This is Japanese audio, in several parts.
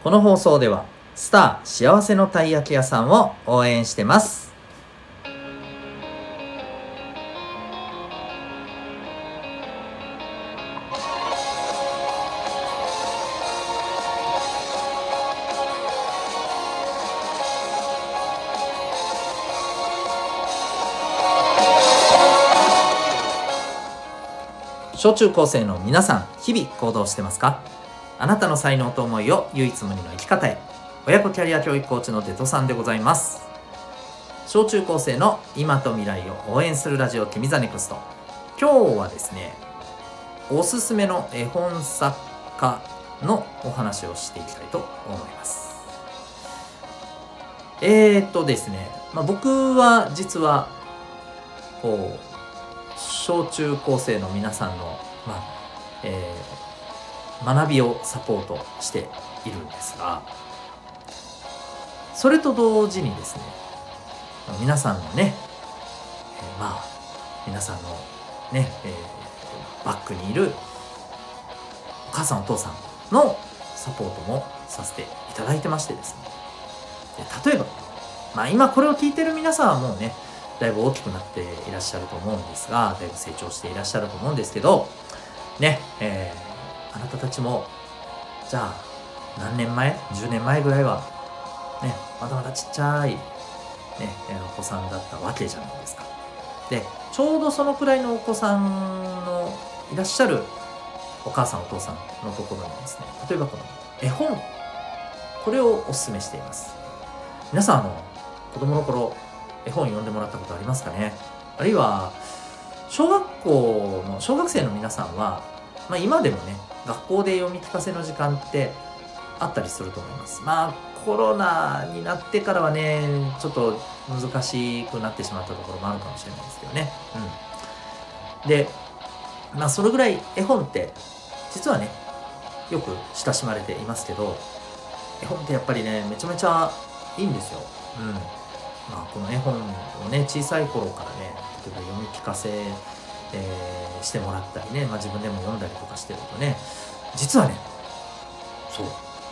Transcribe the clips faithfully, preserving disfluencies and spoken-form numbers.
この放送ではスター幸せのたい焼き屋さんを応援してます。小中高生の皆さん、日々行動してますか？あなたの才能と思いを唯一無二の生き方へ。親子キャリア教育コーチのデトさんでございます。小中高生の今と未来を応援するラジオ君ザネクスト。今日はですね、おすすめの絵本作家のお話をしていきたいと思います。えーっとですね、まあ、僕は実はこう小中高生の皆さんの、まあえー、学びをサポートしているんですが、それと同時にですね、皆さんのね、えー、まあ皆さんのね、えー、バックにいるお母さんお父さんのサポートもさせていただいてましてですね、で例えば、まあ、今これを聞いてる皆さんはもうねだいぶ大きくなっていらっしゃると思うんですが、だいぶ成長していらっしゃると思うんですけどね、えー、あなたたちもじゃあ何年前じゅうねんまえぐらいはねまだまだちっちゃい、ね、お子さんだったわけじゃないですか。でちょうどそのくらいのお子さんのいらっしゃるお母さんお父さんのところにですね、例えばこの絵本、これをお勧めしています。皆さんあの子供の頃絵本読んでもらったことありますかね？あるいは小学校の小学生の皆さんは、まあ、今でもね学校で読み聞かせの時間ってあったりすると思います。まあコロナになってからはねちょっと難しくなってしまったところもあるかもしれないですけどね、うん、でまあそれぐらい絵本って実はねよく親しまれていますけど、絵本ってやっぱりねめちゃめちゃいいんですよ。うんまあ、この絵本をね小さい頃からね例えば読み聞かせ、えー、してもらったりね、まあ、自分でも読んだりとかしてるとね、実はねそう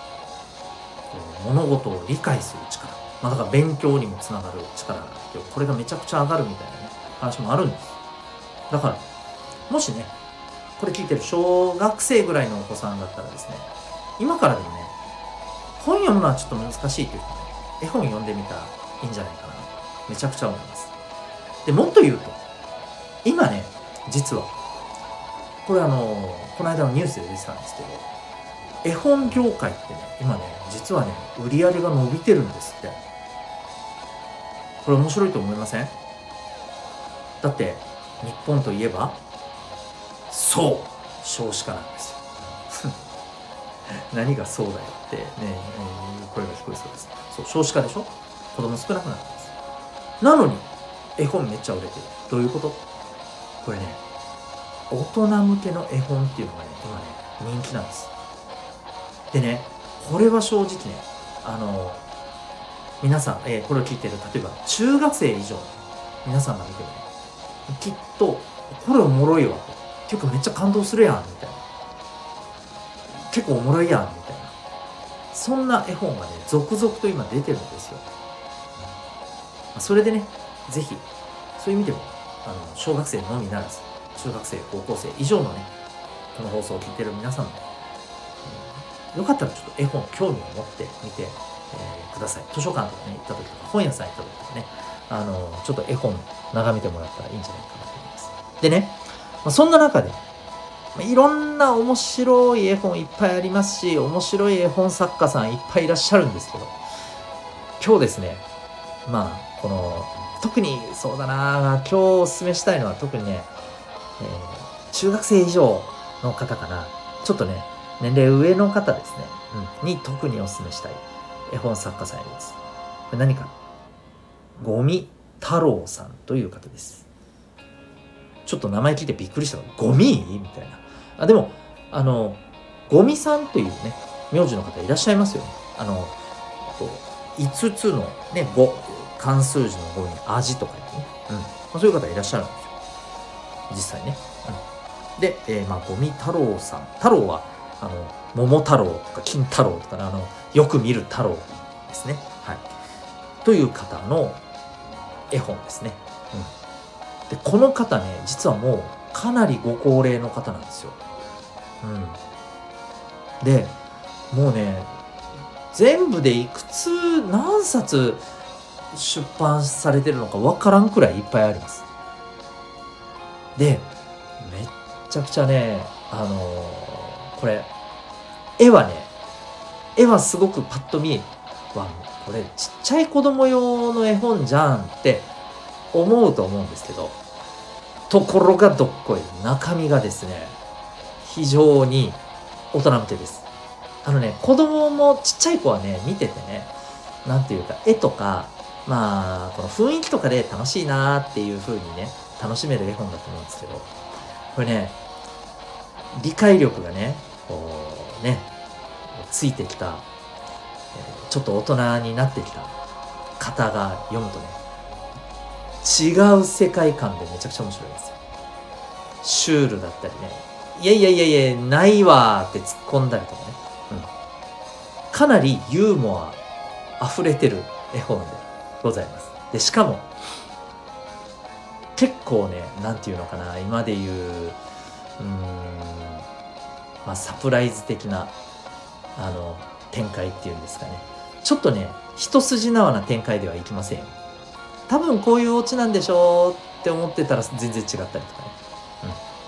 物事を理解する力、まあ、だから勉強にもつながる力があって、これがめちゃくちゃ上がるみたいなね話もあるんです。だからもしねこれ聞いてる小学生ぐらいのお子さんだったらですね、今からでもね本読むのはちょっと難しいというかね、絵本読んでみたらいいんじゃないかな、めちゃくちゃ思います。でもっと言うと今ね実はこれあのこの間のニュースで出てたんですけど、絵本業界ってね今ね実はね売り上げが伸びてるんですって。これ面白いと思いません？だって日本といえばそう少子化なんですよ何がそうだよってね、えー、声が聞こえそうです。そう少子化でしょ、子供少なくなってます。なのに絵本めっちゃ売れてる。どういうこと？これね大人向けの絵本っていうのがね今ね人気なんです。でねこれは正直ねあの皆さん、えー、これを聞いてる例えば中学生以上皆さんが見てもねきっとこれおもろいわと、結構めっちゃ感動するやんみたいな、結構おもろいやんみたいな、そんな絵本がね続々と今出てるんですよ。それでねぜひそういう意味でもあの小学生のみならず中学生高校生以上のねこの放送を聞いてる皆さんも、うん、よかったらちょっと絵本興味を持ってみて、えー、ください。図書館とかね行った時とか本屋さん行った時とかねあのちょっと絵本眺めてもらったらいいんじゃないかなと思います。でね、まあ、そんな中で、まあ、いろんな面白い絵本いっぱいありますし、面白い絵本作家さんいっぱいいらっしゃるんですけど、今日ですねまあこの特にそうだな今日お勧めしたいのは特にね、えー、中学生以上の方かな、ちょっとね年齢上の方ですね、うん、に特にお勧めしたい絵本作家さんいます。これ何か、五味太郎さんという方です。ちょっと名前聞いてびっくりしたの、ゴミみたいな。あでもあの五味さんというね名字の方いらっしゃいますよね。あのいつつのねご漢数字のごに味とか言ってね、うんまあ、そういう方いらっしゃるんですよ実際ね、うん、で、えー、まあ五味太郎さん、太郎はあの桃太郎とか金太郎とかね、あのよく見る太郎ですね。はい。という方の絵本ですね。うん。で、この方ね、実はもうかなりご高齢の方なんですよ。うん。で、もうね、全部でいくつ、何冊出版されてるのかわからんくらいいっぱいあります。で、めっちゃくちゃね、あのー、これ、絵はね、絵はすごくパッと見、わ、これちっちゃい子供用の絵本じゃんって思うと思うんですけど、ところがどっこい、中身がですね、非常に大人向けです。あのね、子供もちっちゃい子はね、見ててね、なんていうか、絵とか、まあ、この雰囲気とかで楽しいなーっていう風にね、楽しめる絵本だと思うんですけど、これね、理解力がね、こうね、ついてきた、えーちょっと大人になってきた方が読むとね、違う世界観でめちゃくちゃ面白いんですよ。シュールだったりね、いやいやいやいや、ないわーって突っ込んだりとかね、うん、かなりユーモア溢れてる絵本でございます。で、しかも、結構ね、なんていうのかな、今で言う、うーん、まあ、サプライズ的な、あの、展開っていうんですかね。ちょっとね、一筋縄な展開ではいきませんよ。多分こういうオチなんでしょうって思ってたら全然違ったりとかね。うん。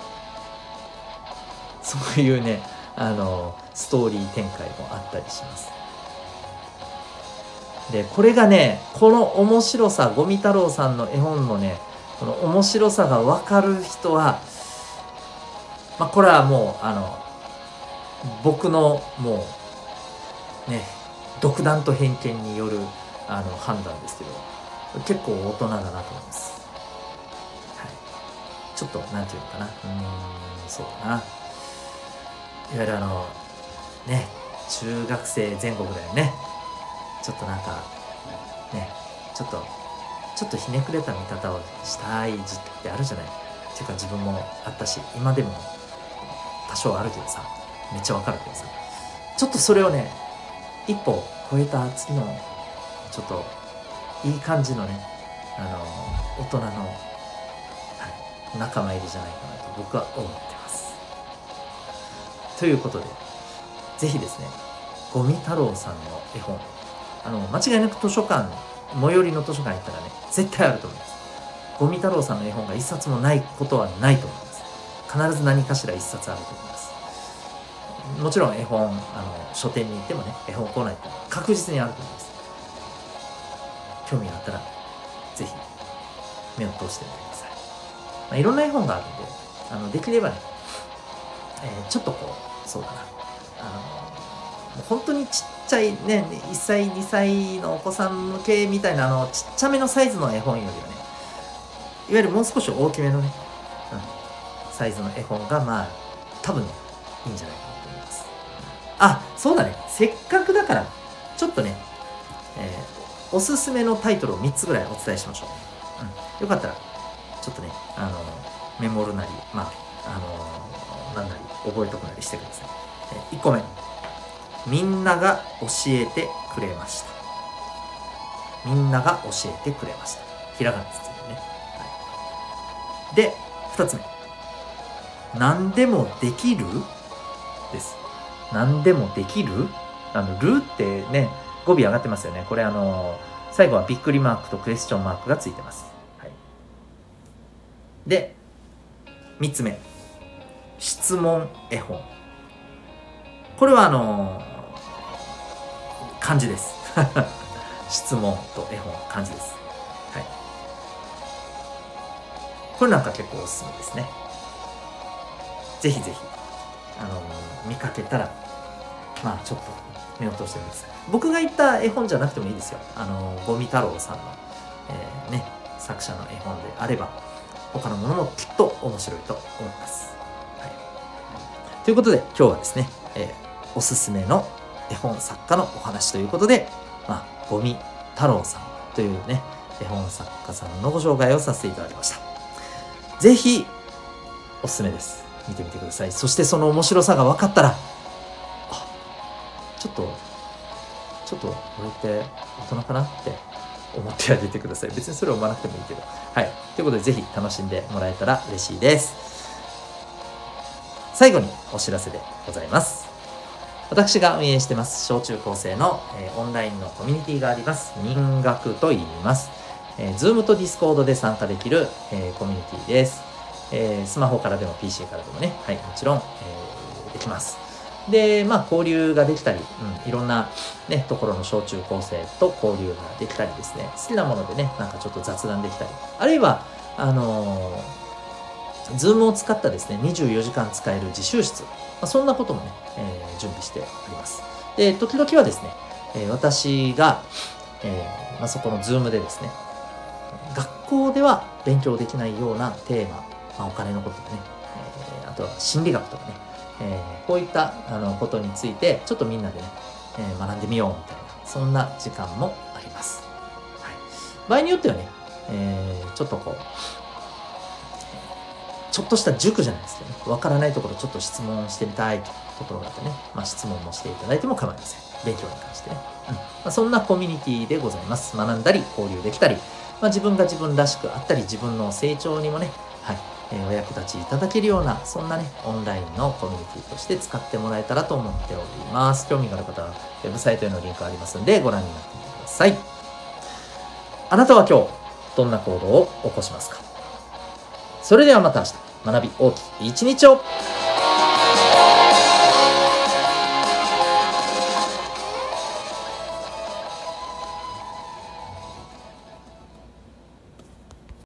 そういうね、あの、ストーリー展開もあったりします。で、これがね、この面白さ、五味太郎さんの絵本のね、この面白さが分かる人は、まあ、これはもう、あの、僕のもう、ね、独断と偏見によるあの判断ですけど、結構大人だなと思います。はい。ちょっと、なんていうのかな。うーん、そうだな。いわゆるあの、ね、中学生前後ぐらいね、ちょっとなんか、ね、ちょっと、ちょっとひねくれた見方をしたい時期ってあるじゃない。っていうか自分もあったし、今でも多少あるけどさ、めっちゃわかるけどさ、ちょっとそれをね、一歩超えた次の、ちょっと、いい感じのね、あの、大人の、はい、仲間入りじゃないかなと僕は思ってます。ということで、ぜひですね、五味太郎さんの絵本、あの、間違いなく図書館、最寄りの図書館行ったらね、絶対あると思います。五味太郎さんの絵本が一冊もないことはないと思います。必ず何かしら一冊あると思います。もちろん絵本、あの、書店に行ってもね、絵本コーナー行ったら確実にあると思います。興味があったら、ぜひ、目を通してみてください。まあ、いろんな絵本があるんで、あの、できればね、えー、ちょっとこう、そうだな、あの、もう本当にちっちゃいね、いっさい、にさいのお子さん向けみたいな、あの、ちっちゃめのサイズの絵本よりはね、いわゆるもう少し大きめのね、うん、サイズの絵本が、まあ、多分ね、いいんじゃないかなと思います。あ、そうだね。せっかくだから、ちょっとね、えー、おすすめのタイトルをみっつぐらいお伝えしましょう。うん。よかったら、ちょっとね、あの、メモるなり、まあ、あの、なんなり、覚えとくなりしてください。えー、いっこめ。みんなが教えてくれました。みんなが教えてくれました。ひらがなですね。はい。で、ふたつめ。何でもできるです。何でもできるあの、るってね、語尾上がってますよね。これあの、最後はびっくりマークとクエスチョンマークがついてます。はい。で、みっつめ。質問絵本。これはあの、漢字です。質問と絵本、漢字です。はい。これなんか結構おすすめですね。ぜひぜひ、あの、見かけたら、まあちょっと目を通してください。僕が言った絵本じゃなくてもいいですよ。あの、五味太郎さんの、えー、ね、作者の絵本であれば、他のものもきっと面白いと思います。はい。ということで、今日はですね、えー、おすすめの絵本作家のお話ということで、まあ、五味太郎さんというね、絵本作家さんのご紹介をさせていただきました。ぜひ、おすすめです。見てみてください。そしてその面白さが分かったら、あ、ちょっとちょっと俺って大人かなって思ってあげてください。別にそれを思わなくてもいいけど。はい。ということでぜひ楽しんでもらえたら嬉しいです。最後にお知らせでございます。私が運営してます、小中高生の、えー、オンラインのコミュニティがあります。民学と言います。えー、Zoom と Discord で参加できる、えー、コミュニティです。えー、スマホからでも ピーシー からでもね、はい、もちろん、えー、できます。で、まあ、交流ができたり、うん、いろんな、ね、ところの小中高生と交流ができたりですね、好きなものでね、なんかちょっと雑談できたり、あるいは、あのー、Zoom を使ったですね、にじゅうよじかん使える自習室、まあ、そんなこともね、えー、準備しております。で、時々はですね、えー、私が、えーまあ、そこの Zoom でですね、学校では勉強できないようなテーマ、まあ、お金のこととかね、えー、あとは心理学とかね、えー、こういったあのことについてちょっとみんなでね、えー、学んでみようみたいな、そんな時間もあります。はい、場合によってはね、えー、ちょっとこうちょっとした塾じゃないですけどね、わからないところちょっと質問してみたいところがあってね、まあ、質問もしていただいても構いません。勉強に関してね、うんまあ、そんなコミュニティでございます。学んだり交流できたり、まあ、自分が自分らしくあったり、自分の成長にもね、はい、えー、お役立ちいただけるような、そんなね、オンラインのコミュニティとして使ってもらえたらと思っております。興味がある方は、ウェブサイトへのリンクありますので、ご覧になってみてください。あなたは今日、どんな行動を起こしますか？それではまた明日、学び大きい一日を。